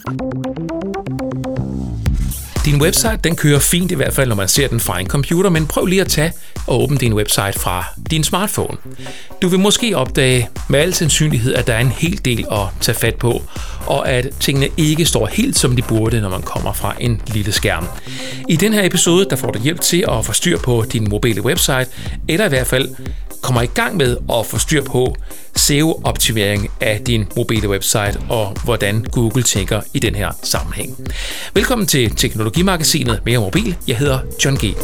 Din website, den kører fint i hvert fald, når man ser den fra en computer, men prøv lige at tage og åbne din website fra din smartphone. Du vil måske opdage med al sandsynlighed, at der er en hel del at tage fat på, og at tingene ikke står helt som de burde, når man kommer fra en lille skærm. I den her episode, der får du hjælp til at få styr på din mobile website, eller i hvert fald kommer i gang med at få styr på SEO-optimering af din mobile website og hvordan Google tænker i den her sammenhæng. Velkommen til Teknologimagasinet Mere Mobil. Jeg hedder John G.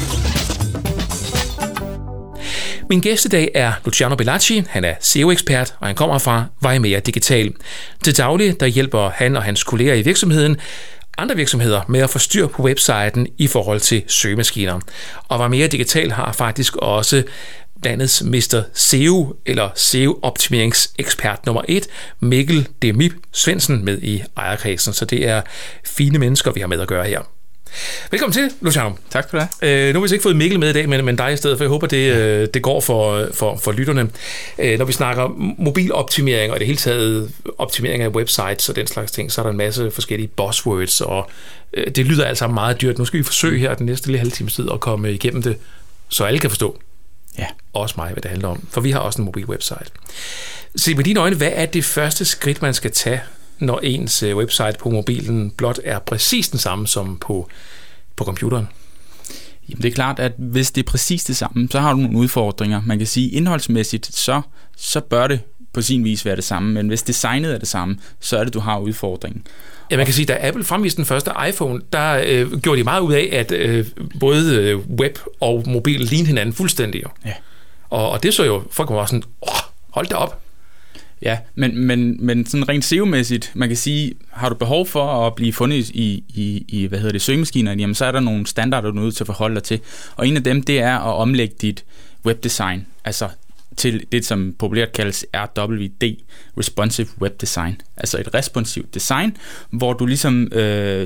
Min gæst i dag er Luciano Bellacci. Han er SEO-ekspert, og han kommer fra Vejmere Digital. Til daglig der hjælper han og hans kolleger i virksomheden andre virksomheder med at få styr på websiden i forhold til søgemaskiner. Og Vejmere Digital har faktisk også landets Mr. SEO eller SEO-optimeringsekspert nummer 1, Mikkel Demip Svendsen, med i ejerkredsen. Så det er fine mennesker, vi har med at gøre her. Velkommen til, Luciano. Tak skal du have. Nu har vi ikke fået Mikkel med i dag, men dig i stedet, for jeg håber, det går for lytterne. Når vi snakker mobiloptimering og det hele taget optimering af websites og den slags ting, så er der en masse forskellige buzzwords, og det lyder altså meget dyrt. Nu skal vi forsøge her den næste lille halve times tid at komme igennem det, så alle kan forstå. Ja. Også mig, hvad det handler om. For vi har også en mobil website. Se med dine øjne, hvad er det første skridt, man skal tage, når ens website på mobilen blot er præcis den samme som på computeren? Jamen det er klart, at hvis det er præcis det samme, så har du nogle udfordringer. Man kan sige, indholdsmæssigt, så bør det på sin vis være det samme, men hvis designet er det samme, så er det, du har udfordringen. Ja, man kan sige, da Apple fremviste den første iPhone, der gjorde de meget ud af, at både web og mobil lignede hinanden fuldstændig. Ja. Og det så jo, folk var sådan, hold da op. Ja, men sådan rent SEO-mæssigt, man kan sige, har du behov for at blive fundet i søgemaskiner, jamen så er der nogle standarder, du er nødt til at forholde dig til. Og en af dem, det er at omlægge dit webdesign, altså til det, som populært kaldes RWD, Responsive Web Design. Altså et responsivt design, hvor du ligesom, det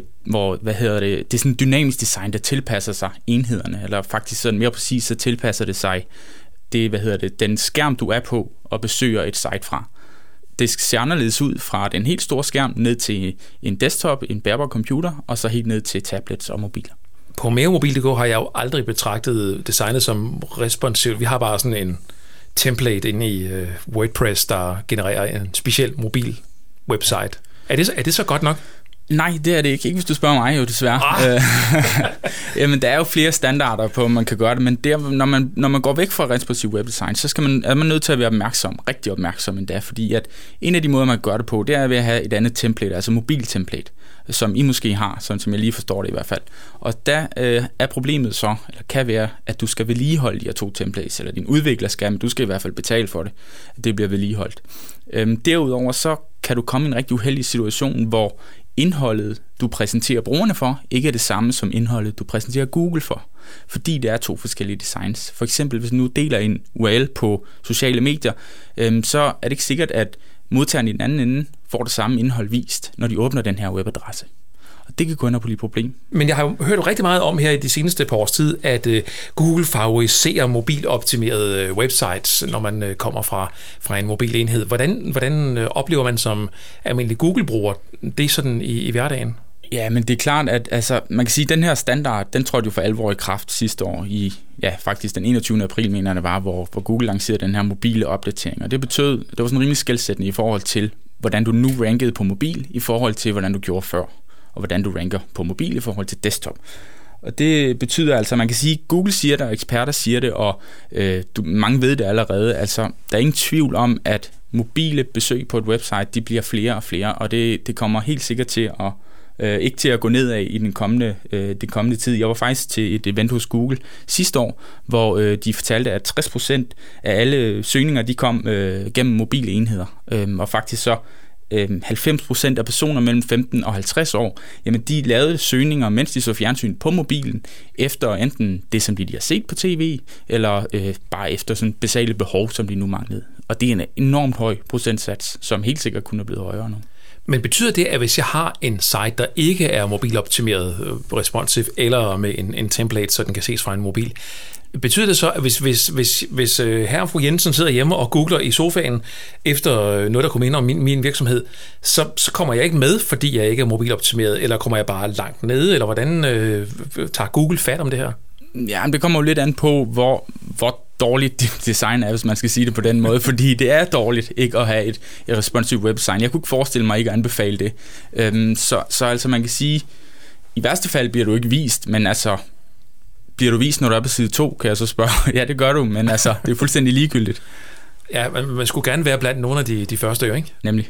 er sådan et dynamisk design, der tilpasser sig enhederne, eller faktisk sådan mere præcis, så tilpasser det sig den skærm, du er på og besøger et site fra. Det ser anderledes ud fra den helt store skærm ned til en desktop, en bærbar computer, og så helt ned til tablets og mobiler. På meremobil.dk har jeg jo aldrig betragtet designet som responsivt. Vi har bare sådan en template inde i WordPress, der genererer en speciel mobil website. Er det så godt nok? Nej, det er det ikke. Ikke hvis du spørger mig, jo desværre. Jamen, der er jo flere standarder på, man kan gøre det, men når man går væk fra responsive webdesign, så er man nødt til at være rigtig opmærksom endda, fordi at en af de måder, man kan gøre det på, det er ved at have et andet template, altså mobiltemplate, som I måske har, sådan som jeg lige forstår det i hvert fald. Og der er problemet så, eller kan være, at du skal vedligeholde de her to templates, eller din udvikler skal, men du skal i hvert fald betale for det, at det bliver vedligeholdt. Derudover så kan du komme i en rigtig uheldig situation, hvor indholdet, du præsenterer brugerne for, ikke er det samme som indholdet, du præsenterer Google for. Fordi det er to forskellige designs. For eksempel, hvis du nu deler en URL på sociale medier, så er det ikke sikkert, at modtageren i den anden ende får det samme indhold vist, når de åbner den her webadresse. Og det kan gå ind og blive et problem. Men jeg har jo hørt rigtig meget om her i de seneste par års tid, at Google favoriserer mobiloptimerede websites, når man kommer fra en mobil enhed. Hvordan oplever man som almindelig Google-bruger det sådan i hverdagen? Ja, men det er klart, at altså, man kan sige, at den her standard, den trådte jo for alvor i kraft sidste år faktisk den 21. april, mener jeg det var, hvor Google lancerede den her mobile opdatering. Og det betød, det var sådan rimelig skelsættende i forhold til, hvordan du nu rankede på mobil, i forhold til, hvordan du gjorde før, og hvordan du ranker på mobil i forhold til desktop. Og det betyder altså, man kan sige, Google siger det, og eksperter siger det, og mange ved det allerede. Altså, der er ingen tvivl om, at mobile besøg på et website, de bliver flere og flere, og det kommer helt sikkert til at ikke til at gå nedad i den kommende tid. Jeg var faktisk til et event hos Google sidste år, hvor de fortalte, at 60% af alle søgninger, de kom gennem mobile enheder, og faktisk så 90% af personer mellem 15 og 50 år, jamen de lavede søgninger, mens de så fjernsyn på mobilen, efter enten det, som de har set på tv, eller bare efter sådan basale behov, som de nu manglede. Og det er en enormt høj procentsats, som helt sikkert kunne have blevet højere nu. Men betyder det, at hvis jeg har en site, der ikke er mobiloptimeret responsive, eller med en template, så den kan ses fra en mobil, Betyder det så, at hvis herre og fru Jensen sidder hjemme og googler i sofaen efter noget, der kommer ind om min virksomhed, så kommer jeg ikke med, fordi jeg ikke er mobiloptimeret, eller kommer jeg bare langt nede, eller hvordan tager Google fat om det her? Ja, det kommer jo lidt an på, hvor dårligt dit design er, hvis man skal sige det på den måde, fordi det er dårligt ikke at have et responsive webdesign. Jeg kunne ikke forestille mig ikke at anbefale det. Så altså man kan sige, i værste fald bliver du ikke vist, men altså bliver du vist, når du er på side 2, kan jeg så spørge. Ja, det gør du, men altså det er fuldstændig ligegyldigt. Ja, man skulle gerne være blandt nogle af de første, jo, ikke? Nemlig.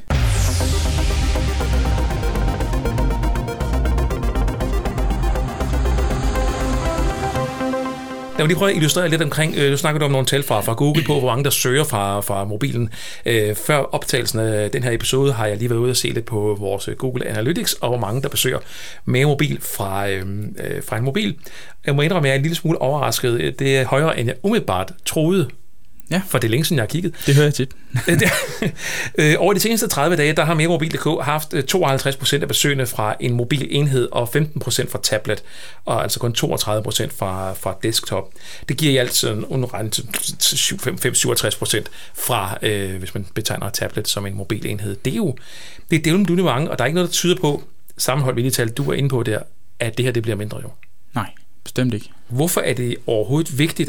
Lad mig lige prøve at illustrere lidt omkring, du snakkede om nogle tal fra Google på, hvor mange der søger fra mobilen. Før optagelsen af den her episode har jeg lige været ude og se lidt på vores Google Analytics, og hvor mange der besøger med mobil fra en mobil. Jeg må indrømme, at jeg er en lille smule overrasket. Det er højere, end jeg umiddelbart troede. Ja. For det er længe siden, jeg har kigget. Det hører jeg tit. Over de seneste 30 dage, der har meremobil.dk haft 52% af besøgende fra en mobil enhed og 15% fra tablet, og altså kun 32% fra desktop. Det giver i alt sådan underregnet 67% fra, hvis man betegner tablet som en mobil enhed. Det er jo mange, og der er ikke noget, der tyder på, sammenholdt med de tal, du er inde på der, at det her det bliver mindre jo. Nej. Bestemt ikke. Hvorfor er det overhovedet vigtigt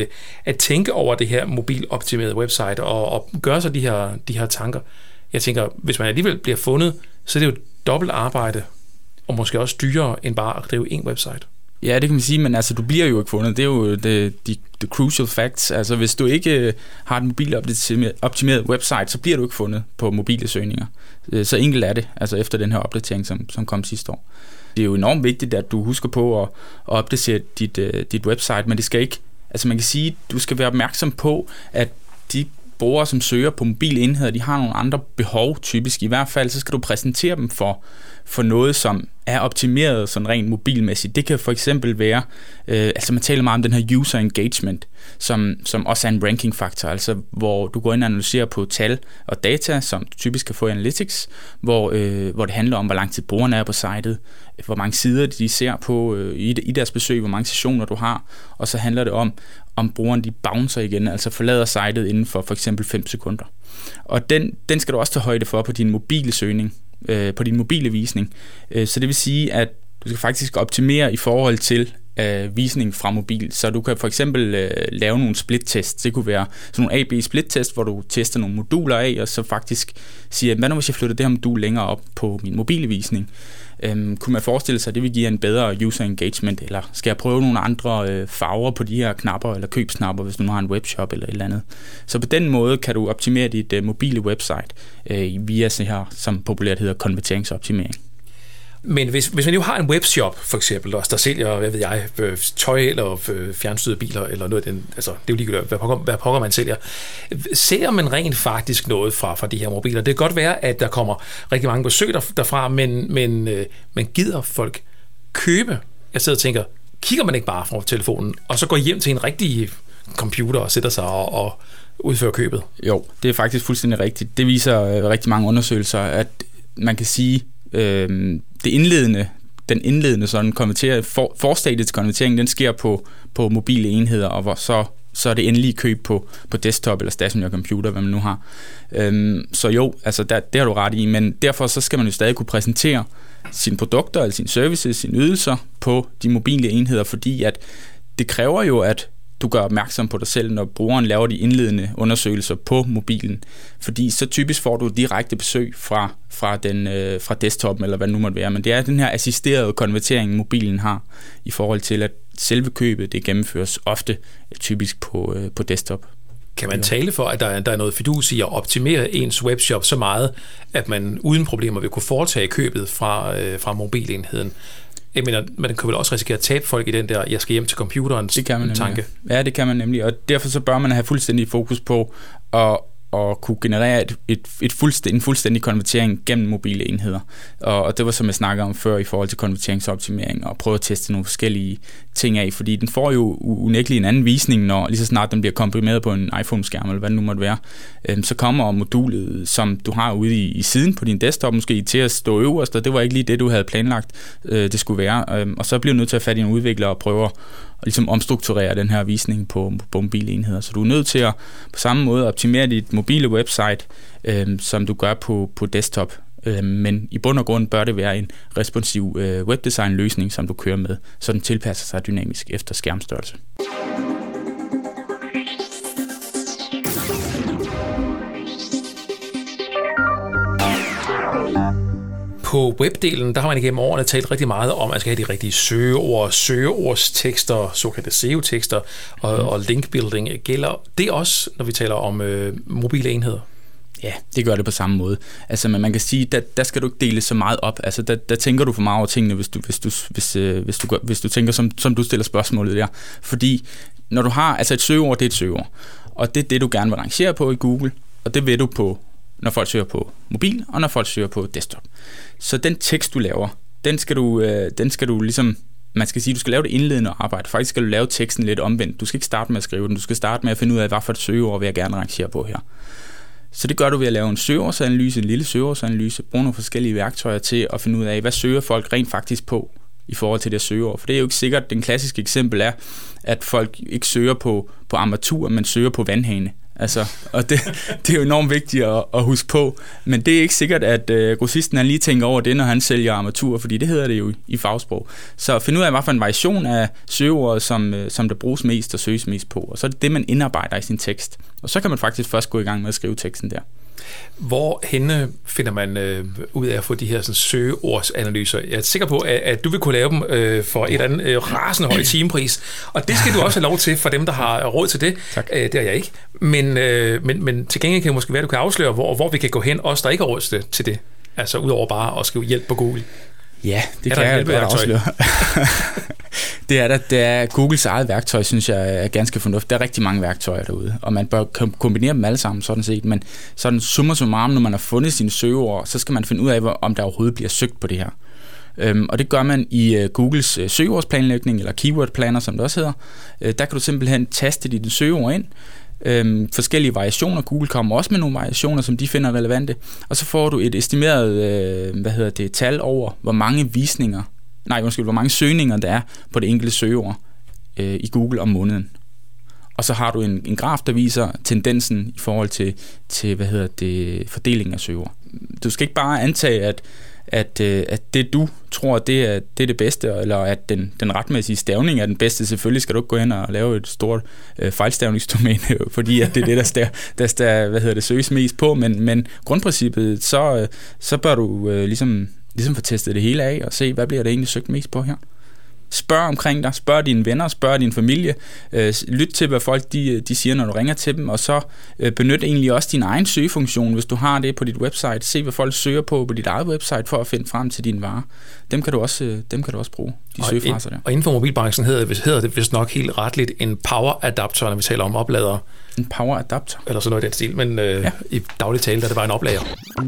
at tænke over det her mobiloptimerede website og gøre sig de her tanker? Jeg tænker, hvis man alligevel bliver fundet, så er det jo dobbelt arbejde, og måske også dyrere end bare at drive en website. Ja, det kan man sige, men altså, du bliver jo ikke fundet. Det er jo the crucial facts. Altså, hvis du ikke har et mobiloptimeret website, så bliver du ikke fundet på mobile søgninger. Så enkelt er det, altså efter den her opdatering, som kom sidste år. Det er jo enormt vigtigt, at du husker på at opdatere dit website, men det skal ikke, altså man kan sige, du skal være opmærksom på, at de brugere, som søger på mobile enheder, de har nogle andre behov typisk. I hvert fald, så skal du præsentere dem for noget, som er optimeret sådan rent mobilmæssigt. Det kan for eksempel være, altså man taler meget om den her user engagement, som også er en rankingfaktor, altså hvor du går ind og analyserer på tal og data, som du typisk kan få i Analytics, hvor det handler om, hvor lang tid brugerne er på sitet, hvor mange sider de ser på i deres besøg, hvor mange sessioner du har, og så handler det om brugeren de bouncer igen, altså forlader sitet inden for eksempel 5 sekunder. Og den skal du også tage højde for på din mobile søgning, på din mobile visning. Så det vil sige, at du skal faktisk optimere i forhold til visning fra mobil. Så du kan for eksempel lave nogle split-tests. Det kunne være sådan nogle A-B split-test, hvor du tester nogle moduler af, og så faktisk siger, hvad nu hvis jeg flytter det her modul længere op på min mobile visning? Kunne man forestille sig, at det vil give en bedre user engagement, eller skal jeg prøve nogle andre farver på de her knapper, eller købsknapper, hvis du nu har en webshop eller et eller andet. Så på den måde kan du optimere dit mobile website via det her, som populært hedder konverteringsoptimering. Men hvis man jo har en webshop, for eksempel, der sælger, hvad ved jeg, tøj eller fjernstyrede biler, eller noget af den, altså det er jo ligegyldigt, hvad pokker man sælger. Sælger man rent faktisk noget fra de her mobiler? Det kan godt være, at der kommer rigtig mange besøg derfra, men gider folk købe? Jeg sidder og tænker, kigger man ikke bare fra telefonen, og så går hjem til en rigtig computer og sætter sig og udfører købet? Jo, det er faktisk fuldstændig rigtigt. Det viser rigtig mange undersøgelser, at man kan sige, den indledende sådan forstadiet til konvertering, den sker på mobile enheder, og hvor så er det endelige køb på desktop eller stationær computer, hvad man nu har. Så jo, altså det har du ret i, men derfor så skal man jo stadig kunne præsentere sine produkter eller sine services, sine ydelser på de mobile enheder, fordi at det kræver jo, at du gør opmærksom på dig selv, når brugeren laver de indledende undersøgelser på mobilen. Fordi så typisk får du direkte besøg fra desktopen, eller hvad det nu måtte være. Men det er den her assisterede konvertering, mobilen har, i forhold til, at selve købet, det gennemføres ofte typisk på desktop. Kan man tale for, at der er noget fidus i at optimere ens webshop så meget, at man uden problemer vil kunne foretage købet fra mobilenheden? Jeg mener, man kan vel også risikere at tabe folk i den der, jeg skal hjem til computeren tanke. Ja, det kan man nemlig, og derfor så bør man have fuldstændig fokus på at at kunne generere en fuldstændig konvertering gennem mobile enheder. Og det var, som jeg snakkede om før, i forhold til konverteringsoptimering, og prøve at teste nogle forskellige ting af, fordi den får jo unægteligt en anden visning, når lige så snart den bliver komprimeret på en iPhone-skærm, eller hvad det nu måtte være. Så kommer modulet, som du har ude i siden på din desktop, måske til at stå øverst, og det var ikke lige det, du havde planlagt, det skulle være. Og så bliver du nødt til at fat i en udvikler og prøve at ligesom omstrukturere den her visning på mobile enheder. Så du er nødt til at på samme måde optimere dit mobile website, som du gør på desktop. Men i bund og grund bør det være en responsiv webdesign-løsning, som du kører med, så den tilpasser sig dynamisk efter skærmstørrelse. På webdelen, der har man igennem årene talt rigtig meget om, at man skal have de rigtige søgeordstekster, såkaldte SEO-tekster og linkbuilding. Gælder det også, når vi taler om mobile enheder? Ja, det gør det på samme måde. Altså, men man kan sige, der skal du ikke dele så meget op. Altså, der tænker du for meget over tingene, hvis du tænker, som du stiller spørgsmålet der. Fordi når du har, altså et søgeord, det er et søgeord. Og det er det, du gerne vil rangere på i Google, og det vil du på, når folk søger på mobil, og når folk søger på desktop. Så den tekst, du laver, den skal du ligesom, man skal sige, du skal lave det indledende arbejde. Faktisk skal du lave teksten lidt omvendt. Du skal ikke starte med at skrive den, du skal starte med at finde ud af, hvad for et søgeord vil jeg gerne rangere på her. Så det gør du ved at lave en søgeordsanalyse, en lille søgeordsanalyse, bruge nogle forskellige værktøjer til at finde ud af, hvad søger folk rent faktisk på i forhold til det søgeord. For det er jo ikke sikkert, den klassiske eksempel er, at folk ikke søger på armatur, men søger på vandhane. Altså, og det er jo enormt vigtigt at huske på, men det er ikke sikkert, at grossisten han lige tænker over det, når han sælger armatur, fordi det hedder det jo i fagsprog. Så find ud af, hvad for en variation af søgeordet, som der bruges mest og søges mest på, og så er det det, man indarbejder i sin tekst. Og så kan man faktisk først gå i gang med at skrive teksten der. Hvor henne finder man ud af at få de her sådan, søgeordsanalyser? Jeg er sikker på, at du vil kunne lave dem for et eller andet rasende høj timepris, og det skal du også have lov til for dem, der har råd til det. Det er jeg ikke. Men til gengæld kan det måske være, at du kan afsløre, hvor vi kan gå hen, os der ikke har råd til det. Altså udover bare at skrive hjælp på Google. Ja, det kan jeg godt afsløre. Det er Googles eget værktøj, synes jeg er ganske fornuftigt. Der er rigtig mange værktøjer derude, og man bør kombinere dem alle sammen, sådan set. Men sådan summa summarum, når man har fundet sine søgeord, så skal man finde ud af, om der overhovedet bliver søgt på det her. Og det gør man i Googles søgeordsplanlægning, eller keyword planner, som det også hedder. Der kan du simpelthen taste dit søgeord ind, forskellige variationer. Google kommer også med nogle variationer, som de finder relevante, og så får du et estimeret tal over, hvor mange søgninger der er på det enkelte søgeord i Google om måneden. Og så har du en graf, der viser tendensen i forhold til fordelingen af søgeord. Du skal ikke bare antage, at det du tror, det er det bedste, eller at den retmæssige stavning er den bedste. Selvfølgelig skal du ikke gå hen og lave et stort fejlstavningsdomæne, fordi at det er det, der søges mest på, men grundprincippet, så bør du ligesom få testet det hele af, og se, hvad bliver det egentlig søgt mest på her. Spørg omkring dig, spørg dine venner, spørg din familie, lyt til, hvad folk de siger, når du ringer til dem, og så benyt egentlig også din egen søgefunktion, hvis du har det på dit website. Se, hvad folk søger på dit eget website, for at finde frem til dine varer. Dem kan du også bruge, de søgefraser der. Og inden for mobilbranchen hedder det vist nok helt retligt en power adapter, når vi taler om opladere. En power adapter? Eller sådan noget i den stil, men i daglig tale, der er det bare en oplader.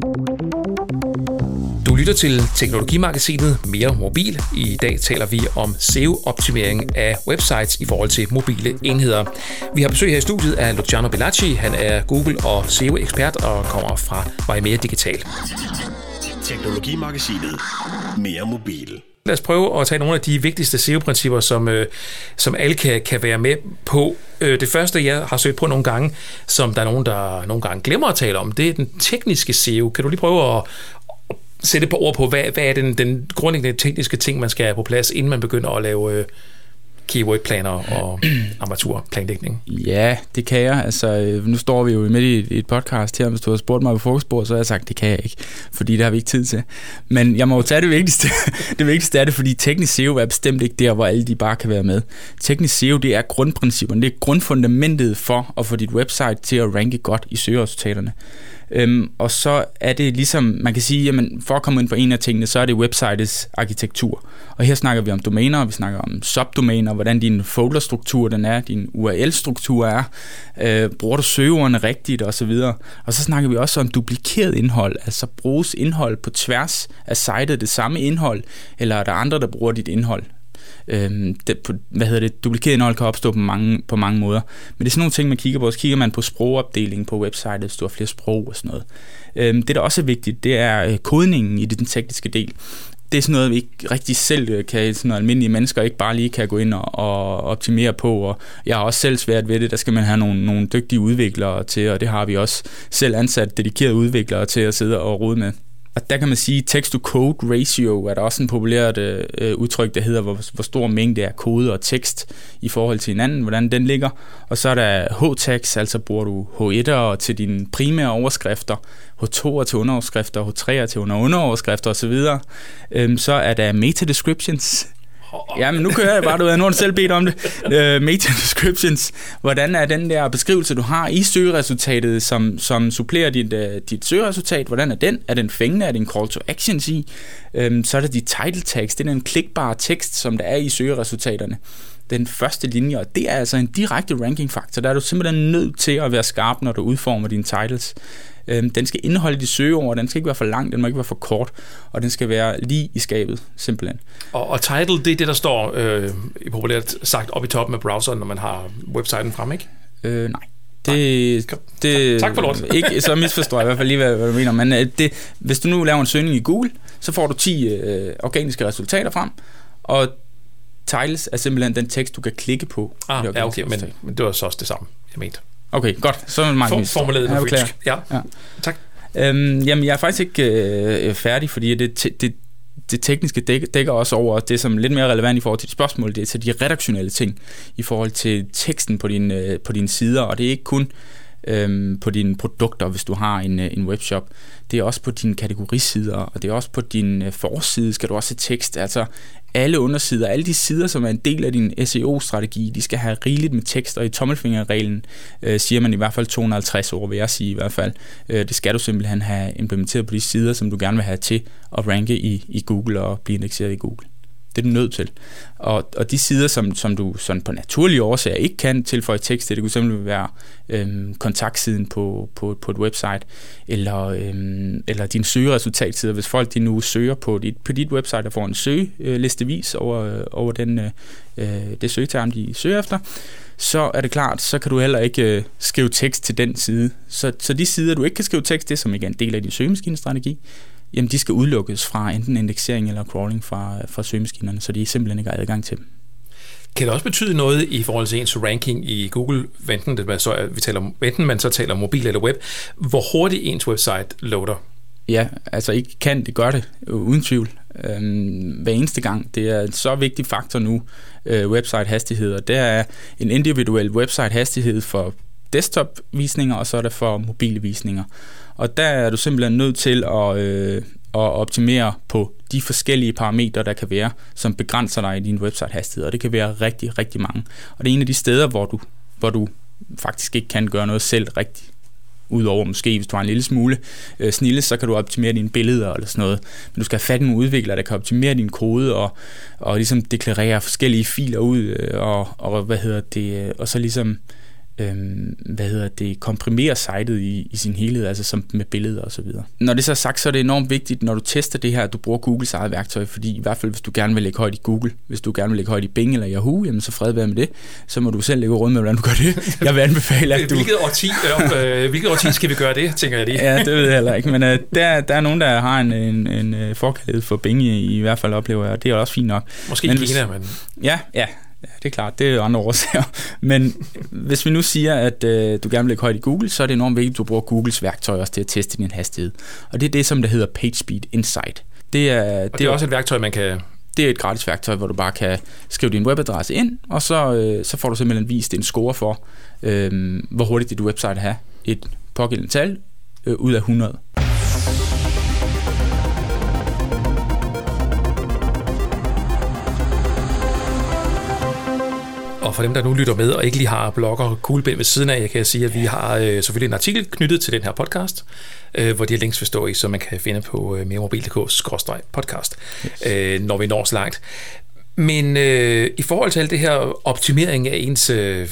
Du lytter til Teknologimagasinet Mere Mobil. I dag taler vi om SEO-optimering af websites i forhold til mobile enheder. Vi har besøg her i studiet af Luciano Bellacci. Han er Google- og SEO-ekspert og kommer fra Mere Digital. Teknologimagasinet Mere Mobil. Lad os prøve at tage nogle af de vigtigste SEO-principper, som alle kan være med på. Det første, jeg har søgt på nogle gange, som der er nogen, der nogle gange glemmer at tale om, det er den tekniske SEO. Kan du lige prøve at sætte på ord på, hvad er den grundlæggende tekniske ting, man skal have på plads, inden man begynder at lave keywordplaner og armaturplanlægning? Ja, det kan jeg. Altså, nu står vi jo midt i et podcast her, hvis du har spurgt mig på frokostbordet, så har jeg sagt, det kan jeg ikke, fordi det har vi ikke tid til. Men jeg må jo tage det vigtigste. Det vigtigste er det, fordi teknisk SEO er bestemt ikke der, hvor alle de bare kan være med. Teknisk SEO, det er grundprincipperne, det er grundfundamentet for at få dit website til at ranke godt i søgeresultaterne. Og så er det ligesom, man kan sige, jamen for at komme ind på en af tingene, så er det websitets arkitektur. Og her snakker vi om domæner, vi snakker om subdomæner, hvordan din folderstruktur den er, din URL-struktur er, bruger du søgeordene rigtigt osv. Og så snakker vi også om duplikeret indhold, altså bruges indhold på tværs af sitet, det samme indhold, eller er der andre, der bruger dit indhold. Duplikeret indhold kan opstå på mange måder. Men det er sådan nogle ting, man kigger på. Så kigger man på sprogopdelingen på websitet, hvis du har flere sprog og sådan noget. Det, der også er vigtigt, det er kodningen i den tekniske del. Det er sådan noget, vi ikke rigtig selv kan, sådan noget almindelige mennesker ikke bare lige kan gå ind og optimere på, og jeg har også selv svært ved det. Der skal man have nogle dygtige udviklere til, og det har vi også selv ansat dedikerede udviklere til at sidde og rode med. Og der kan man sige, text-to-code ratio er der også en populært udtryk, der hedder, hvor stor mængde af kode og tekst i forhold til hinanden, hvordan den ligger. Og så er der h-tags, altså bruger du h1'er til dine primære overskrifter, h2'er til underoverskrifter, h3'er til underoverskrifter osv. Så er der meta-descriptions. Ja, men nu kører jeg bare, nu har du selv bedt om det. Meta-descriptions. Hvordan er den der beskrivelse, du har i søgeresultatet, som supplerer dit søgeresultat? Hvordan er den? Er den fængende? Er det en call to actions i? Så er der de title tags. Det er den klikbare tekst, som der er i søgeresultaterne. Den første linje, og det er altså en direkte ranking-faktor. Der er du simpelthen nødt til at være skarp, når du udformer dine titles. Den skal indeholde de søgeord, den skal ikke være for lang, den må ikke være for kort, og den skal være lige i skabet, simpelthen. Og title, det er det, der står populært sagt op i toppen af browseren, når man har websiten frem, ikke? Nej. Tak for lort. Ikke, så misforstår jeg i hvert fald lige, hvad du mener. Men hvis du nu laver en søgning i Google, så får du 10 organiske resultater frem, og titles er simpelthen den tekst, du kan klikke på. Ja, okay, men det var så også det samme, jeg mente. Okay, godt. Så er det meget formuleret på fynsk. Ja. Tak. Jamen, jeg er faktisk ikke færdig, fordi det tekniske dækker også over det, som er lidt mere relevant i forhold til de spørgsmål, det er til de redaktionelle ting i forhold til teksten på dine sider, og det er ikke kun på dine produkter, hvis du har en webshop. Det er også på dine kategorisider, og det er også på din forside, skal du også have tekst. Altså alle undersider, alle de sider, som er en del af din SEO-strategi, de skal have rigeligt med tekst, og i tommelfingerreglen siger man i hvert fald 250 ord, vil jeg sige i hvert fald. Det skal du simpelthen have implementeret på de sider, som du gerne vil have til at ranke i Google og blive indekseret i Google. Det er du nødt til. Og de sider, som du sådan på naturlige årsager ikke kan tilføje tekst til, det kunne simpelthen være kontaktsiden på et website, eller din søgeresultatsider. Hvis folk de nu søger på dit website og får en søgelistevis over det søgeterm, de søger efter, så er det klart, så kan du heller ikke skrive tekst til den side. Så de sider, du ikke kan skrive tekst til, som ikke er en del af din søgemaskinestrategi, jamen de skal udelukkes fra enten indeksering eller crawling fra søgemaskinerne, så de simpelthen ikke har adgang til dem. Kan det også betyde noget i forhold til ens ranking i Google, enten man så taler mobil eller web, hvor hurtigt ens website loader? Ja, altså ikke kan, det gør det, uden tvivl. Hver eneste gang. Det er en så vigtig faktor nu, website-hastighed, og det er en individuel website-hastighed for desktop-visninger, og så er det for mobile visninger. Og der er du simpelthen nødt til at optimere på de forskellige parametre, der kan være, som begrænser dig i din website-hastighed, og det kan være rigtig, rigtig mange. Og det er en af de steder, hvor du faktisk ikke kan gøre noget selv rigtigt. Udover måske, hvis du har en lille smule snille, så kan du optimere dine billeder eller sådan noget. Men du skal have fat i nogle udviklere, der kan optimere din kode og ligesom deklarere forskellige filer ud og så ligesom komprimere sitet i sin helhed, altså som med billeder og så videre. Når det så er sagt, så er det enormt vigtigt, når du tester det her, at du bruger Googles eget værktøj, fordi i hvert fald, hvis du gerne vil lægge højt i Google, hvis du gerne vil lægge højt i Bing eller Yahoo, jamen så fred være med det, så må du selv lægge rundt med, hvordan du gør det. Jeg vil anbefale, at du... Hvilket årti skal vi gøre det, tænker jeg lige. Ja, det ved jeg heller ikke, men der er nogen, der har en forkærlighed for Bing i hvert fald, oplever jeg, og det er også fint nok. Måske men Kina, men... Ja, det er klart, det er jo andre årsager. Men hvis vi nu siger, at du gerne vil lægge højt i Google, så er det enormt vigtigt, at du bruger Googles værktøj også til at teste din hastighed. Og det er det, som der hedder PageSpeed Insight. Det er også et værktøj, man kan... Det er et gratis værktøj, hvor du bare kan skrive din webadresse ind, og så får du simpelthen vist en score for, hvor hurtigt dit website har et pågældende tal ud af 100. Og for dem, der nu lytter med og ikke lige har blogger og kuglepen ved siden af, jeg kan sige, at vi har selvfølgelig en artikel knyttet til den her podcast, hvor de links vil stå i, så man kan finde på meremobil.dk/podcast, når vi når så langt. Men i forhold til alt det her optimering af ens,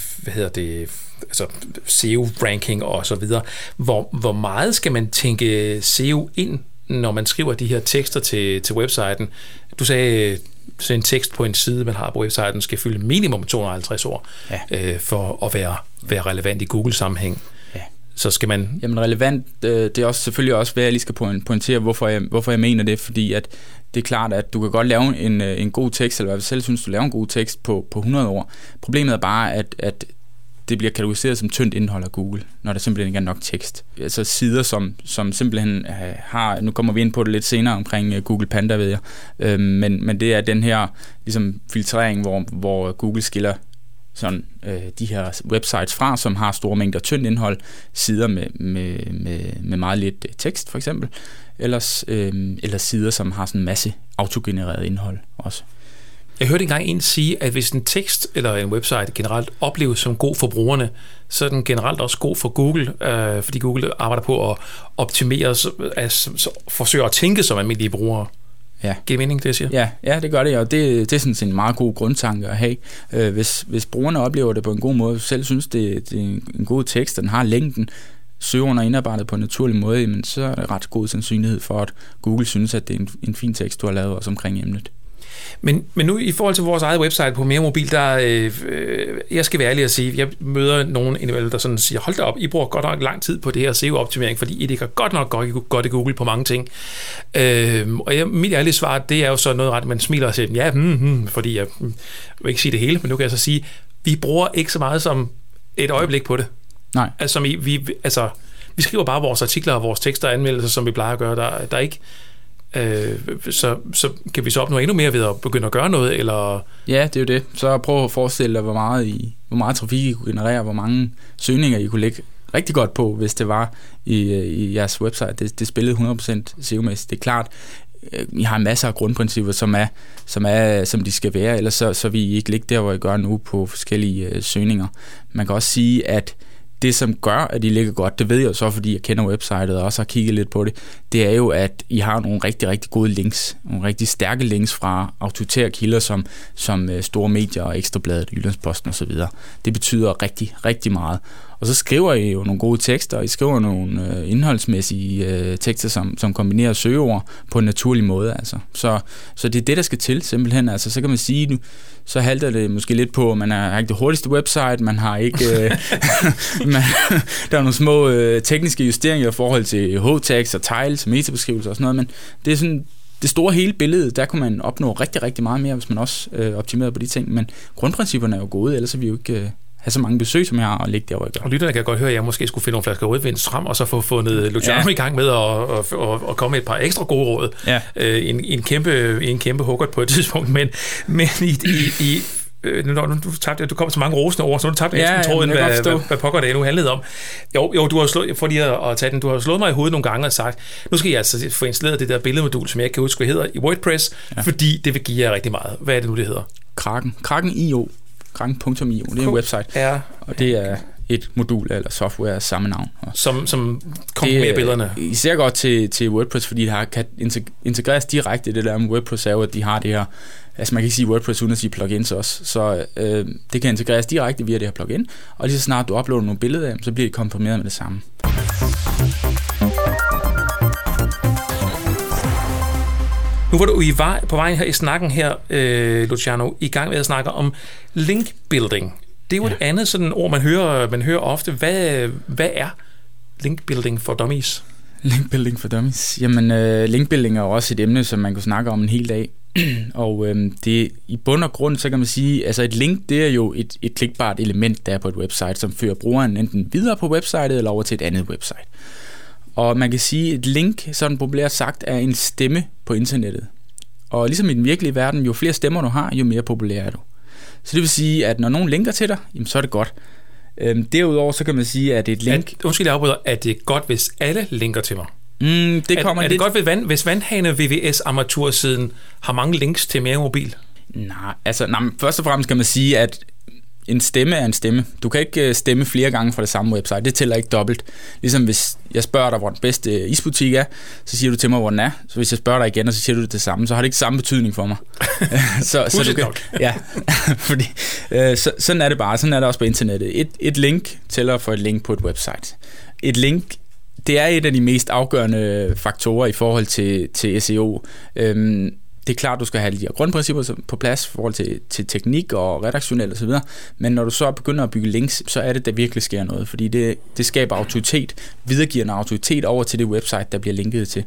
altså SEO-ranking og så videre, hvor meget skal man tænke SEO ind, når man skriver de her tekster til websiden? Du sagde, så en tekst på en side, man har på websiden, skal fylde minimum 250 ord for at være relevant i Google-sammenhæng. Ja. Så skal man... Jamen relevant, det er også selvfølgelig også, hvad jeg lige skal pointere, hvorfor jeg mener det, fordi at det er klart, at du kan godt lave en god tekst, eller hvad jeg selv synes, du laver en god tekst på 100 ord. Problemet er bare, at det bliver kategoriseret som tyndt indhold af Google, når der simpelthen ikke er nok tekst. Altså sider, som simpelthen har, nu kommer vi ind på det lidt senere omkring Google Panda, ved jeg, men det er den her ligesom filtrering, hvor Google skiller sådan, de her websites fra, som har store mængder tyndt indhold, sider med meget lidt tekst for eksempel, eller sider, som har sådan en masse autogenereret indhold også. Jeg hørte engang en sige, at hvis en tekst eller en website generelt opleves som god for brugerne, så er den generelt også god for Google, fordi Google arbejder på at optimere, forsøger at tænke som almindelige brugere. Ja. Giver det mening, det jeg siger? Ja, det gør det, og det er sådan en meget god grundtanke at have. Hvis brugerne oplever det på en god måde, selv synes det er en god tekst, og den har længden, søgeren er indarbejdet på en naturlig måde, men så er der ret god sandsynlighed for, at Google synes, at det er en fin tekst, du har lavet også omkring emnet. Men nu i forhold til vores eget website på Meremobil, der jeg skal være ærlig at sige, jeg møder nogen indimellem, der sådan siger, hold da op, I bruger godt nok lang tid på det her SEO-optimering, fordi I ligger godt nok godt i Google på mange ting. Og mit ærlige svar, det er jo så noget ret, man smiler og siger, ja, fordi jeg vil ikke sige det hele, men nu kan jeg så sige, vi bruger ikke så meget som et øjeblik på det. Nej. Altså, vi skriver bare vores artikler og vores tekster og anmeldelser, som vi plejer at gøre, der er ikke... Så kan vi så opnå endnu mere ved at begynde at gøre noget, eller? Ja, det er jo det. Så prøv at forestille dig, hvor meget trafik I kunne generere, hvor mange søgninger I kunne lægge rigtig godt på, hvis det var i jeres website. Det spillede 100% SEO-mæssigt. Det er klart, I har masser af grundprincipper, som de skal være, ellers så vil I ikke ligge der, hvor I gør nu på forskellige søgninger. Man kan også sige, at det, som gør, at I ligger godt, det ved jeg så, fordi jeg kender websitet og også har kigget lidt på det, det er jo, at I har nogle rigtig, rigtig gode links, nogle rigtig stærke links fra autoritære kilder, som store medier og Ekstrabladet, Jyllandsposten osv. Det betyder rigtig, rigtig meget. Og så skriver I jo nogle gode tekster, og I skriver nogle indholdsmæssige tekster, som kombinerer søgeord på en naturlig måde. Altså. Så det er det, der skal til, simpelthen. Altså, så kan man sige, nu, så halter det måske lidt på, at man har ikke det hurtigste website, man har ikke... der er nogle små tekniske justeringer i forhold til h-tags og tiles og metabeskrivelser og sådan noget, men det er sådan... Det store hele billede, der kunne man opnå rigtig, rigtig meget mere, hvis man også optimerede på de ting, men grundprincipperne er jo gode, ellers er vi jo ikke... have så mange besøg, som jeg har, og ligge der, hvor jeg gør. Og lytterne kan godt høre, at jeg måske skulle finde nogle flasker rødvin frem, og så få fundet Luciano i gang med at komme med et par ekstra gode råd. Ja. En kæmpe hukkert på et tidspunkt, men du kom så mange rosende ord, så nu tabte jeg tråden, hvad pokker det nu handlede om. Jo, du har slået, for lige at tage den, du har slået mig i hovedet nogle gange og sagt, nu skal jeg altså få installeret det der billedmodul, som jeg ikke kan huske, hvad hedder, i WordPress, fordi det vil give jer rigtig meget. Hvad er det nu, det hedder? Kraken.io. Kraken.io, det er en website, og det er et modul eller software af samme navn. Som komprimerer billederne? Især godt til WordPress, fordi det kan integreres direkte. Det der med WordPress er jo, at de har det her, altså man kan ikke sige WordPress uden at sige plugins også, så det kan integreres direkte via det her plugin, og lige så snart du uploader nogle billeder af dem, så bliver de komprimeret med det samme. Nu var du på vejen her i snakken her, Luciano, i gang med at snakke om link building. Det er jo et andet sådan ord, man hører ofte. Hvad er link building for dummies? Link building for dummies? Jamen, link building er jo også et emne, som man kunne snakke om en hel dag. Og det i bund og grund, så kan man sige, altså et link, det er jo et klikbart element, der er på et website, som fører brugeren enten videre på websitet eller over til et andet website. Og man kan sige, at et link, sådan populært sagt, er en stemme på internettet. Og ligesom i den virkelige verden, jo flere stemmer du har, jo mere populær er du. Så det vil sige, at når nogen linker til dig, jamen, så er det godt. Derudover så kan man sige, at et link... Undskyld, jeg afbryder. Er det godt, hvis alle linker til mig? Er det godt, hvis Vandhane VVS-armatursiden har mange links til Meremobil? Nej, først og fremmest kan man sige, at en stemme er en stemme. Du kan ikke stemme flere gange fra det samme website. Det tæller ikke dobbelt. Ligesom hvis jeg spørger dig, hvor den bedste isbutik er, så siger du til mig, hvor den er. Så hvis jeg spørger dig igen, og så siger du det samme, så har det ikke samme betydning for mig. så du kan, ja, fordi sådan er det bare. Sådan er det også på internettet. Et link tæller for et link på et website. Et link, det er et af de mest afgørende faktorer i forhold til SEO. Det er klart, du skal have de her grundprincipper på plads i forhold til teknik og redaktionelt osv., men når du så begynder at bygge links, så er det, der virkelig sker noget, fordi det skaber autoritet, videregiver en autoritet over til det website, der bliver linket til.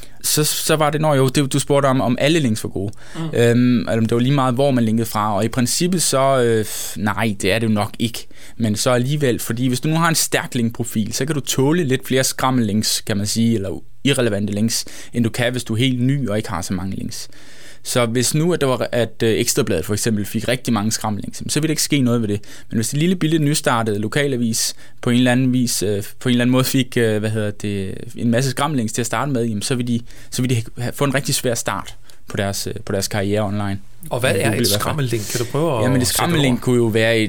Så var det, du spurgte om alle links var gode. Det var lige meget, hvor man linkede fra, og i princippet så, nej, det er det jo nok ikke, men så alligevel, fordi hvis du nu har en stærk linkprofil, så kan du tåle lidt flere skrammellinks, kan man sige, eller irrelevante links, end du kan, hvis du er helt ny og ikke har så mange links. Så hvis nu at Ekstrabladet for eksempel fik rigtig mange skramlinks, så vil det ikke ske noget ved det. Men hvis det lille billigt nystartede lokalavis på en eller anden måde fik en masse skramlinks til at starte med, jamen, så vil de få en rigtig svær start på deres karriere online. Og hvad er et skrammelink? Kan du prøve at... Jamen et skrammelink kunne jo være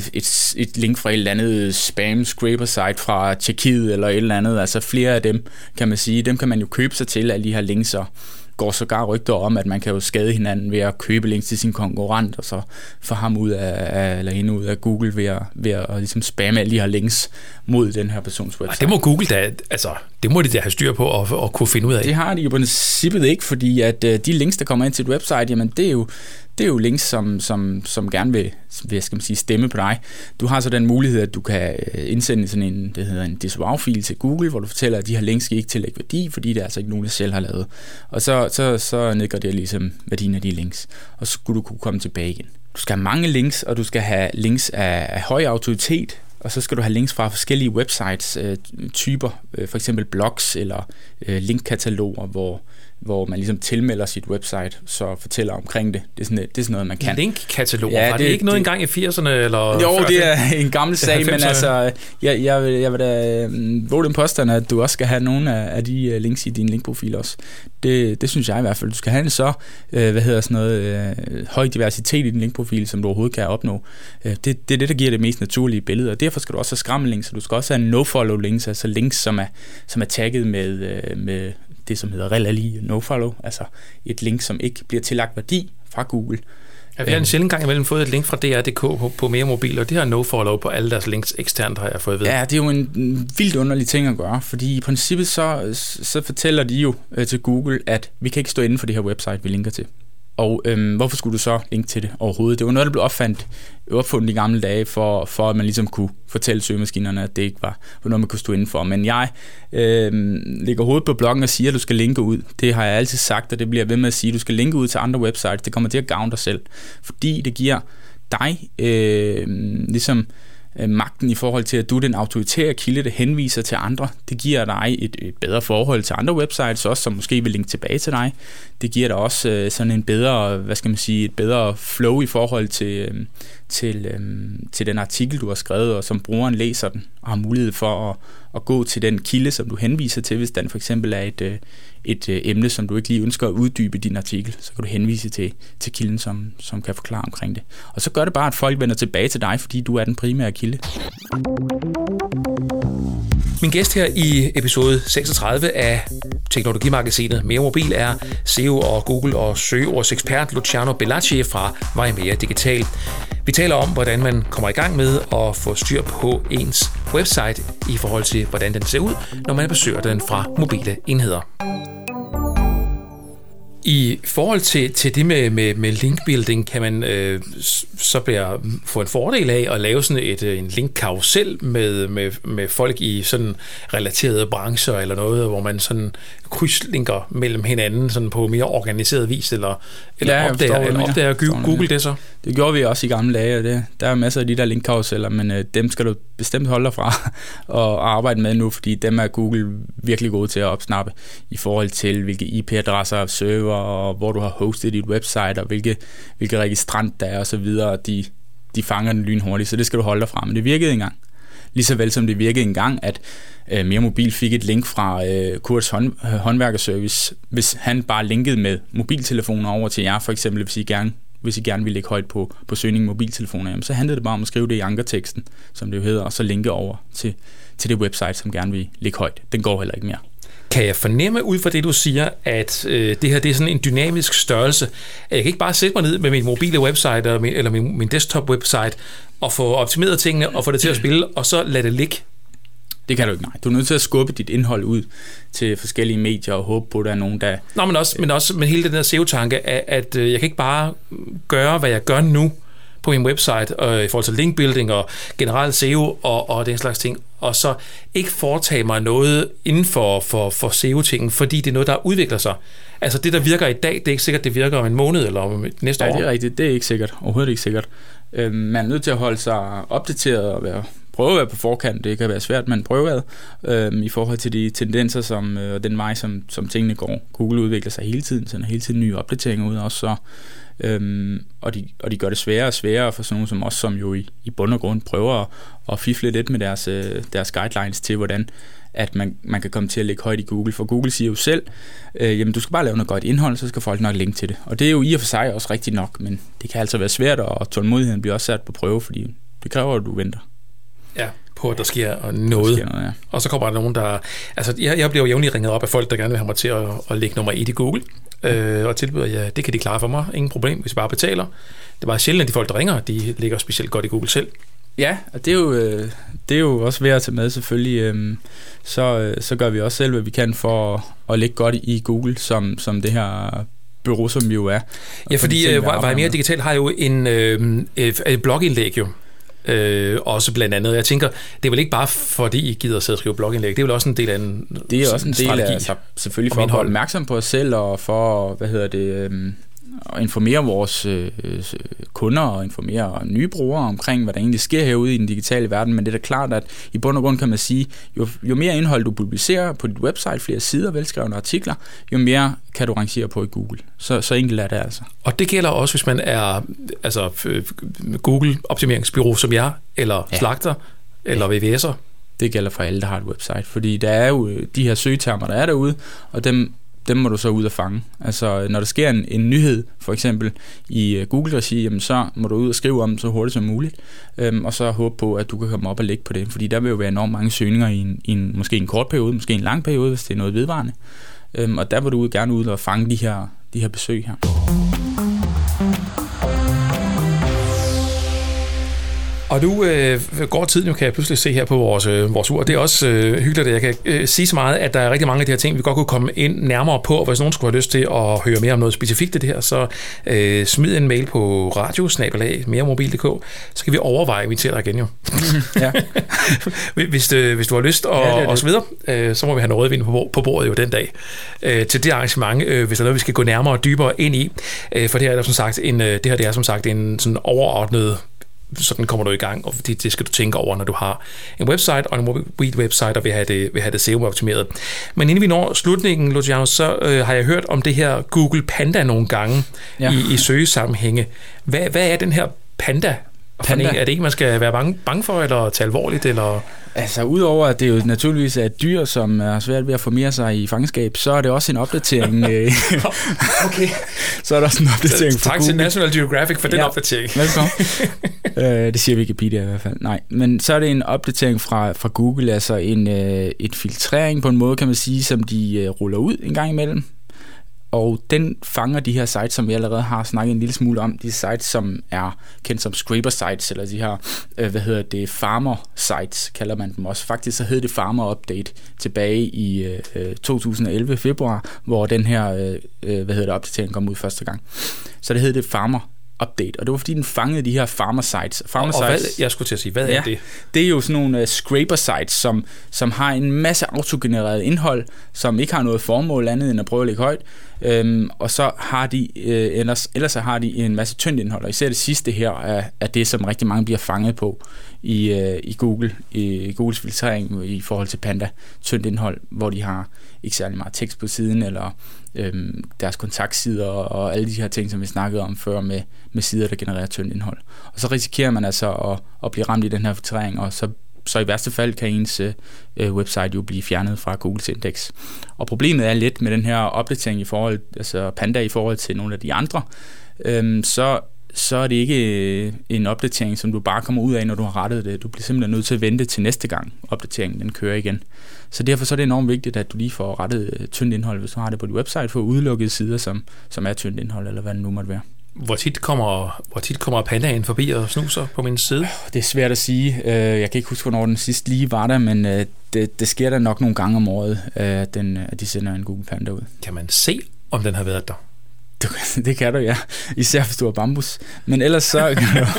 et link fra et eller andet spam scraper site fra Tjekkiet eller et eller andet. Altså flere af dem, kan man sige. Dem kan man jo købe sig til, alle de her links, og går sågar rygter om, at man kan jo skade hinanden ved at købe links til sin konkurrent, og så få ham ud af, eller hende ud af Google ved at ligesom spamme alle de her links mod den her persons website. Det må Google da, altså, det må de da have styr på og kunne finde ud af. Det har de jo på princippet ikke, fordi at de links, der kommer ind til et website, jamen det er jo links, som gerne vil skal man sige, stemme på dig. Du har så den mulighed, at du kan indsende sådan en disavow-fil til Google, hvor du fortæller, at de her links skal ikke tillægge værdi, fordi det er altså ikke nogen, der selv har lavet. Og så nedgraderer ligesom værdien af de links. Og så skulle du kunne komme tilbage igen. Du skal have mange links, og du skal have links af høj autoritet, og så skal du have links fra forskellige websites, typer, for eksempel blogs eller linkkataloger, hvor man ligesom tilmelder sit website, så fortæller omkring det. Det er sådan noget, man kan. Linkkataloger? Ja, var det ikke noget engang i 80'erne? Eller jo, det er en gammel sag, men altså, jeg vil da våge den påstand, at du også skal have nogle af de links i din linkprofil også. Det synes jeg i hvert fald. Du skal have en så, høj diversitet i din linkprofil, som du overhovedet kan opnå. Det er det, der giver det mest naturlige billede, og derfor skal du også have skrammelinks, og du skal også have no-follow links, altså links, som er tagget med det, som hedder relally nofollow, altså et link, som ikke bliver tillagt værdi fra Google. Ja, vi har en sjældent gang imellem fået et link fra DR.dk på Mere Mobil, og det har nofollow på alle deres links eksternt, har jeg fået at vide. Ja, det er jo en vildt underlig ting at gøre, fordi i princippet så fortæller de jo til Google, at vi kan ikke stå inden for det her website, vi linker til. Og hvorfor skulle du så linke til det overhovedet? Det var noget, der blev opfundet i gamle dage, for at man ligesom kunne fortælle søgemaskinerne, at det ikke var noget, man kunne stå inden for. Men jeg lægger hovedet på bloggen og siger, at du skal linke ud. Det har jeg altid sagt, og det bliver jeg ved med at sige. Du skal linke ud til andre websites. Det kommer til at gavne dig selv, fordi det giver dig ligesom magten i forhold til, at du er den autoritære kilde, der henviser til andre. Det giver dig et bedre forhold til andre websites også, som måske vil linke tilbage til dig. Det giver dig også sådan en bedre, et bedre flow i forhold til den artikel, du har skrevet, og som brugeren læser den, og har mulighed for at gå til den kilde, som du henviser til, hvis den for eksempel er et emne, som du ikke lige ønsker at uddybe i din artikel, så kan du henvise til kilden, som kan forklare omkring det. Og så gør det bare, at folk vender tilbage til dig, fordi du er den primære kilde. Min gæst her i episode 36 af Teknologimagasinet Mere Mobil er SEO og Google og søgeordsekspert Luciano Bellacci fra Vejmere Digital. Vi taler om, hvordan man kommer i gang med at få styr på ens website i forhold til, hvordan den ser ud, når man besøger den fra mobile enheder. I forhold til det med linkbuilding, kan man så få en fordel af at lave sådan en linkkarusel med folk i sådan relaterede brancher eller noget, hvor man sådan krydslinker mellem hinanden sådan på mere organiseret vis, eller opdager Google det så? Det gjorde vi også i gamle dage, og der er masser af de der linkkaruseller, men dem skal du bestemt holde dig fra og arbejde med nu, fordi dem er Google virkelig gode til at opsnappe i forhold til, hvilke IP-adresser, server, og hvor du har hostet dit website, og hvilke registrant der er, og så videre. De fanger den lynhurtigt, så det skal du holde dig fra, men det virkede engang. Lige så vel som det virkede engang, at Mere Mobil fik et link fra Kurts håndværkerservice, hvis han bare linkede med mobiltelefoner over til jer, for eksempel hvis I gerne hvis I gerne vil lægge højt på søgning mobiltelefoner, jamen, så handler det bare om at skrive det i ankerteksten, som det jo hedder, og så linke over til det website, som gerne vil lægge højt. Den går heller ikke mere. Kan jeg fornemme ud fra det, du siger, at det her det er sådan en dynamisk størrelse? Jeg kan ikke bare sætte mig ned med min mobile website eller min desktop website og få optimeret tingene og få det til at spille, og så lade det ligge? Det kan du ikke, nej. Du er nødt til at skubbe dit indhold ud til forskellige medier og håbe på, at der er nogen, der... Nå, men hele den der SEO-tanke, at jeg kan ikke bare gøre, hvad jeg gør nu på min website, i forhold til linkbuilding og generelt SEO og den slags ting, og så ikke foretage mig noget inden for SEO-tingen, fordi det er noget, der udvikler sig. Altså det, der virker i dag, det er ikke sikkert, det virker om en måned eller om næste år. Ja, det er rigtigt. Det er ikke sikkert. Overhovedet ikke sikkert. Man er nødt til at holde sig opdateret og prøve at være på forkant. Det kan være svært, men prøve i forhold til de tendenser og den vej, som tingene går. Google udvikler sig hele tiden, sender hele tiden nye opdateringer ud også, så og de gør det sværere og sværere for sådan nogen som os, som jo i bund og grund prøver at fifle lidt med deres guidelines til, hvordan at man kan komme til at lægge højt i Google. For Google siger jo selv, jamen du skal bare lave noget godt indhold, så skal folk nok linke til det. Og det er jo i og for sig også rigtigt nok, men det kan altså være svært, og tålmodigheden bliver også sat på prøve, fordi det kræver, at du venter. Ja, på at der sker noget. Ja. Og så kommer der nogen, der... Altså, jeg bliver jo jævnligt ringet op af folk, der gerne vil have mig til at lægge nummer 1 i Google, og tilbyder, ja, det kan de klare for mig. Ingen problem, hvis jeg bare betaler. Det er bare sjældent, at de folk, der ringer, de ligger specielt godt i Google selv. Ja, og det er jo også værd at tage med selvfølgelig. Så gør vi også selv, hvad vi kan for at lægge godt i Google, som det her bureau, som vi jo er. Ja, fordi Mere Digital har jo et blogindlæg jo. Også blandt andet. Jeg tænker, det er vel ikke bare fordi I gider at sidde og skrive blogindlæg, det er vel også en del af en strategi. Det er også en del af, selvfølgelig for at holde opmærksom på os selv, og for, at informere vores kunder og informere nye brugere omkring, hvad der egentlig sker herude i den digitale verden, men det er da klart, at i bund og grund kan man sige, jo mere indhold du publicerer på dit website, flere sider, velskrevne artikler, jo mere kan du rangere på i Google. Så enkelt er det altså. Og det gælder også, hvis man er Google-optimeringsbureau som jeg, eller slagter, eller VVS'er. Det gælder for alle, der har et website, fordi der er jo de her søgetermer, der er derude, og dem må du så ud og fange. Altså, når der sker en nyhed, for eksempel i Google-regi, jamen, så må du ud og skrive om det så hurtigt som muligt, og så håbe på, at du kan komme op og lægge på det, fordi der vil jo være enormt mange søgninger i måske en kort periode, måske en lang periode, hvis det er noget vedvarende. Og der vil du gerne ud og fange de her besøg her. Og nu går tiden jo, kan jeg pludselig se her på vores ur. Det er også hyggeligt, at jeg kan sige så meget, at der er rigtig mange af de her ting, vi godt kunne komme ind nærmere på, og hvis nogen skulle have lyst til at høre mere om noget specifikt af det her, så smid en mail på radio@meremobil.dk, så kan vi overveje at invitere dig igen jo. Ja. hvis du har lyst, og så videre, så må vi have noget rødvin på bordet jo den dag til det arrangement, hvis der er noget, vi skal gå nærmere og dybere ind i, for det her er som sagt en sådan overordnet. Sådan kommer du i gang, og det skal du tænke over, når du har en website og en mobil website, og vil have det SEO-optimeret. Men inden vi når slutningen, Luciano, så har jeg hørt om det her Google Panda nogle gange i søgesammenhænge. Hvad er den her Panda? Er det ikke, man skal være bange for, eller tage alvorligt, eller... Altså, udover at det jo naturligvis er et dyr, som er svært ved at formere sig i fangenskab, så er det også en opdatering. Okay. Så er der også en opdatering fra Google. Tak til National Geographic for den opdatering. Velkommen. Det siger Wikipedia i hvert fald. Nej, men så er det en opdatering fra Google, altså et filtrering på en måde, kan man sige, som de ruller ud en gang imellem. Og den fanger de her sites, som vi allerede har snakket en lille smule om. De sites, som er kendt som scraper sites, eller de her, farmer sites, kalder man dem også. Faktisk så hed det Farmer Update tilbage i 2011 februar, hvor den her, opdatering kom ud første gang. Så det hed det Farmer Update, og det var fordi den fangede de her farmer sites. Jeg skulle til at sige, hvad er det? Det er jo sådan nogle scraper sites, som har en masse autogenereret indhold, som ikke har noget formål andet end at prøve at lægge højt, og så har de ellers så har de en masse tyndt indhold, og især det sidste her er det, som rigtig mange bliver fanget på i Google, i Googles filtrering i forhold til Panda, tyndt indhold, hvor de har ikke særlig meget tekst på siden, eller deres kontaktsider og alle de her ting, som vi snakkede om før med sider, der genererer tyndt indhold. Og så risikerer man altså at blive ramt i den her filtrering, og så så i værste fald kan ens website jo blive fjernet fra Googles indeks. Og problemet er lidt med den her opdatering altså Panda i forhold til nogle af de andre, så er det ikke en opdatering, som du bare kommer ud af, når du har rettet det. Du bliver simpelthen nødt til at vente til næste gang opdateringen den kører igen. Så derfor så er det enormt vigtigt, at du lige får rettet tyndt indhold, hvis du har det på dit website, for udelukket sider, som er tyndt indhold, eller hvad det nu måtte være. Hvor tit kommer Pandaen forbi og snuser på min side? Det er svært at sige. Jeg kan ikke huske, hvornår den sidste lige var der, men det sker der nok nogle gange om året, at de sender en Google Panda ud. Kan man se, om den har været der? Det kan du, ja. Især hvis du har bambus. Men ellers så kan du...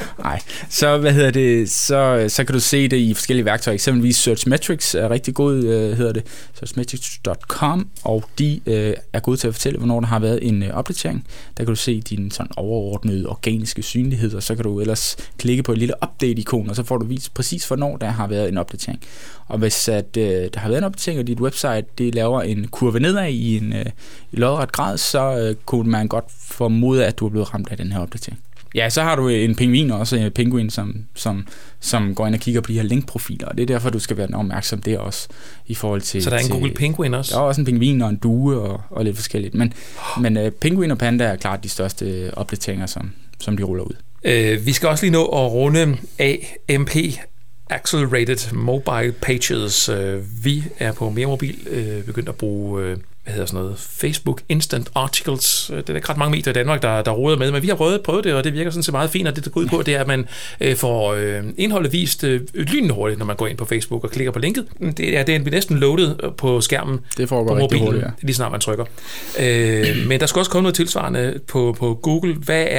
Så kan du se det i forskellige værktøjer. Eksempelvis Searchmetrics er rigtig god, hedder det. Searchmetrics.com, og de er gode til at fortælle, hvornår der har været en opdatering. Der kan du se din sådan overordnede organiske synlighed, og så kan du ellers klikke på et lille update-ikon, og så får du vist præcis, hvornår der har været en opdatering. Og hvis der har været en opdatering, og dit website det laver en kurve nedad i en lodret grad, så kunne man godt formode, at du er blevet ramt af den her opdatering. Ja, så har du en pingvin også, en penguin, som går ind og kigger på de her linkprofiler, og det er derfor, du skal være opmærksom der også i forhold til... Så der er en Google Penguin også? Der er også en pingvin og en due og lidt forskelligt, men Penguin og Panda er klart de største opdateringer, som de ruller ud. Vi skal også lige nå at runde AMP, Accelerated Mobile Pages. Vi er på Mere Mobil begyndt at bruge Facebook Instant Articles. Det er ikke ret mange medier i Danmark, der råder med, men vi har prøvet det, og det virker sådan set meget fint, og det der går ud på, det er, at man får indholdet vist lynhurtigt, når man går ind på Facebook og klikker på linket. Det er næsten loadet på skærmen på mobilen, lige snart man trykker. Men der skal også komme noget tilsvarende på Google.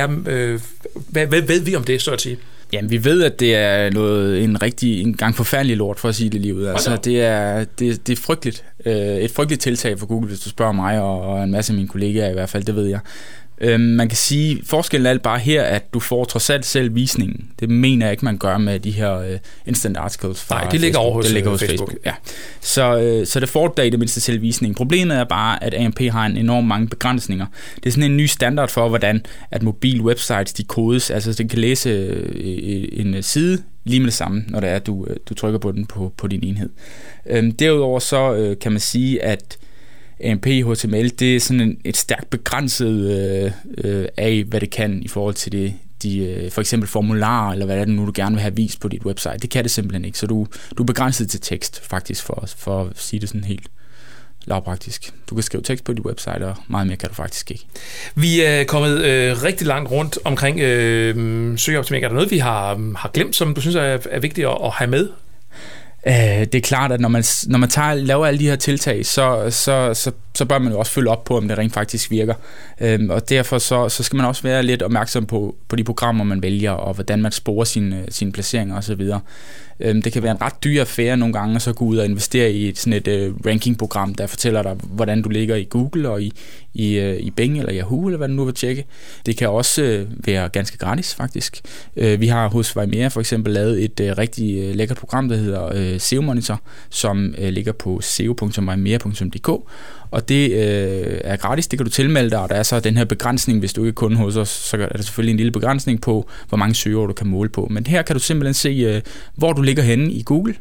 Hvad ved vi om det, så at sige? Jamen, vi ved, at det er en gang forfærdelig lort, for at sige det lige ud. Altså, det er frygteligt. Et frygteligt tiltag for Google, hvis du spørger mig, og en masse af mine kollegaer i hvert fald, det ved jeg. Man kan sige, forskellen er alt bare her, at du får trods alt selv visningen. Det mener jeg ikke, man gør med de her instant articles fra Nej, det ligger over hos Facebook. Ja. Så det får da i det mindste selv visning. Problemet er bare, at AMP har en enormt mange begrænsninger. Det er sådan en ny standard for, hvordan at mobile websites de kodes. Altså, den kan læse en side lige med det samme, når det er, at du trykker på den på din enhed. Derudover så kan man sige, at AMP HTML, det er sådan et stærkt begrænset af, hvad det kan i forhold til de for eksempel formularer, eller hvad det nu du gerne vil have vist på dit website. Det kan det simpelthen ikke, så du er begrænset til tekst, faktisk, for at sige det sådan helt lavpraktisk. Du kan skrive tekst på dit website, og meget mere kan du faktisk ikke. Vi er kommet rigtig langt rundt omkring søgeoptimering. Er der noget, vi har glemt, som du synes er vigtigt at have med? Det er klart, at når man laver alle de her tiltag, så bør man jo også følge op på, om det rent faktisk virker. Og derfor så skal man også være lidt opmærksom på de programmer, man vælger, og hvordan man sporer sine placeringer osv. Det kan være en ret dyr affære nogle gange, og så gå ud og investere i sådan et rankingprogram, der fortæller dig, hvordan du ligger i Google og i Bing eller Yahoo, eller hvad du nu vil tjekke. Det kan også være ganske gratis, faktisk. Vi har hos Vimera for eksempel lavet et rigtig lækkert program, der hedder SEO Monitor, som ligger på seo.vimera.dk, og det er gratis, det kan du tilmelde dig, og der er så den her begrænsning, hvis du ikke er kunde hos os, så er der selvfølgelig en lille begrænsning på, hvor mange søger du kan måle på. Men her kan du simpelthen se, hvor du ligger henne i Google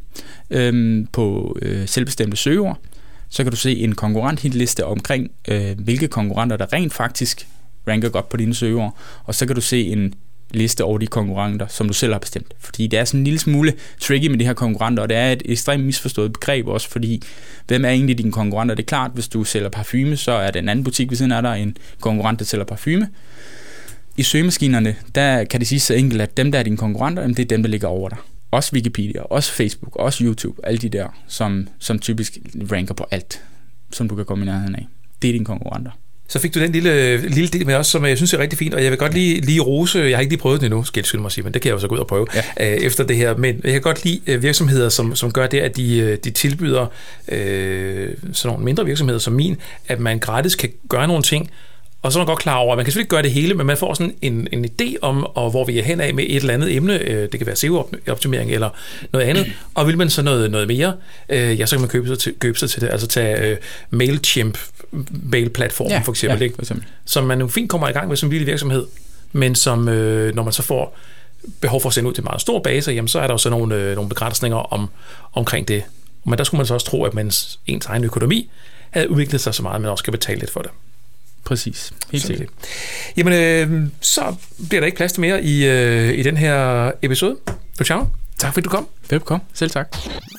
på selvbestemte søgeord. Så kan du se en konkurrenthitliste omkring, hvilke konkurrenter, der rent faktisk ranker godt på dine søgeord, og så kan du se en liste over de konkurrenter, som du selv har bestemt. Fordi det er sådan en lille smule tricky med de her konkurrenter, og det er et ekstremt misforstået begreb også, fordi hvem er egentlig dine konkurrenter? Det er klart, hvis du sælger parfume, så er det en anden butik ved siden af dig, en konkurrent, der sælger parfume. I søgemaskinerne, der kan det sige så enkelt, at dem, der er dine konkurrenter, det er dem, der ligger over dig. Også Wikipedia, også Facebook, også YouTube, alle de der, som typisk ranker på alt, som du kan komme i nærheden af. Det er dine konkurrenter. Så fik du den lille del med os, som jeg synes er rigtig fint, og jeg vil godt lige rose, jeg har ikke lige prøvet det endnu, skal jeg skylde mig at sige, men det kan jeg jo så gå ud og prøve efter det her, men jeg kan godt lide virksomheder, som gør det, at de tilbyder sådan nogle mindre virksomheder som min, at man gratis kan gøre nogle ting, og så er man godt klar over, at man kan selvfølgelig ikke gøre det hele, men man får sådan en idé om, og hvor vi er hen af med et eller andet emne, det kan være SEO-optimering eller noget andet, og vil man så noget mere, så kan man købe sig til det, altså tage MailChimp, mail-platformen for eksempel, for eksempel, som man jo fint kommer i gang med som lille virksomhed, men som når man så får behov for at sende ud til meget store baser, jamen så er der også nogle begrænsninger omkring det. Men der skulle man så også tro, at ens egen økonomi havde udviklet sig så meget, at man også skal betale lidt for det. Præcis. Helt sikkert. Jamen, så bliver der ikke plads til mere i den her episode. Luciano, tak fordi du kom. Velkommen. Selv tak.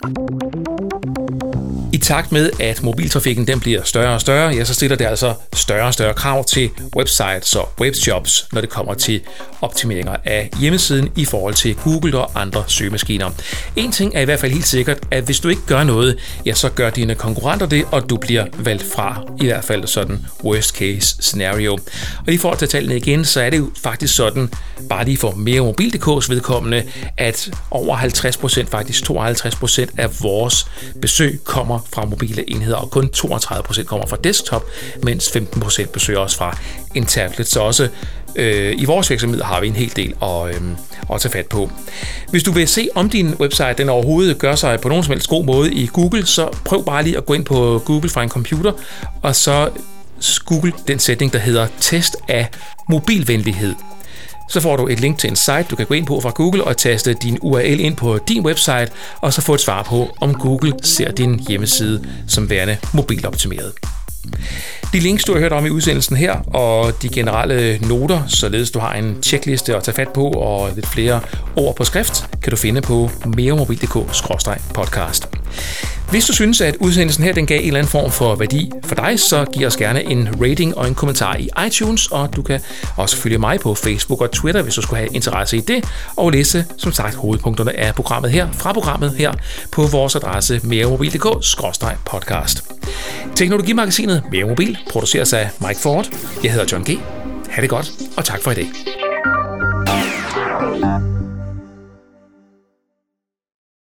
I takt med, at mobiltrafikken den bliver større og større, ja, så stiller det altså større og større krav til websites og webshops, når det kommer til optimeringer af hjemmesiden i forhold til Google og andre søgemaskiner. En ting er i hvert fald helt sikkert, at hvis du ikke gør noget, ja, så gør dine konkurrenter det, og du bliver valgt fra, i hvert fald sådan worst case scenario. Og i forhold til tallene igen, så er det jo faktisk sådan, bare lige for mere mobil.dk's vedkommende, at over 50%, faktisk 52% af vores besøg kommer fra mobile enheder, og kun 32% kommer fra desktop, mens 15% besøger os fra en tablet. Så også i vores virksomhed har vi en hel del at tage fat på. Hvis du vil se, om din website den overhovedet gør sig på nogen som helst god måde i Google, så prøv bare lige at gå ind på Google fra en computer, og så google den sætning, der hedder test af mobilvenlighed. Så får du et link til en site, du kan gå ind på fra Google og taste din URL ind på din website, og så få et svar på, om Google ser din hjemmeside som værende mobiloptimeret. De links, du har hørt om i udsendelsen her, og de generelle noter, således du har en checkliste at tage fat på og lidt flere ord på skrift, kan du finde på meremobil.dk/podcast. Hvis du synes, at udsendelsen her den gav en eller anden form for værdi for dig, så giv os gerne en rating og en kommentar i iTunes, og du kan også følge mig på Facebook og Twitter, hvis du skulle have interesse i det, og læse, som sagt, hovedpunkterne af programmet her på vores adresse meremobil.dk/podcast. Teknologimagasinet Mere Mobil produceres af Mike Ford. Jeg hedder John G. Ha' det godt, og tak for i dag.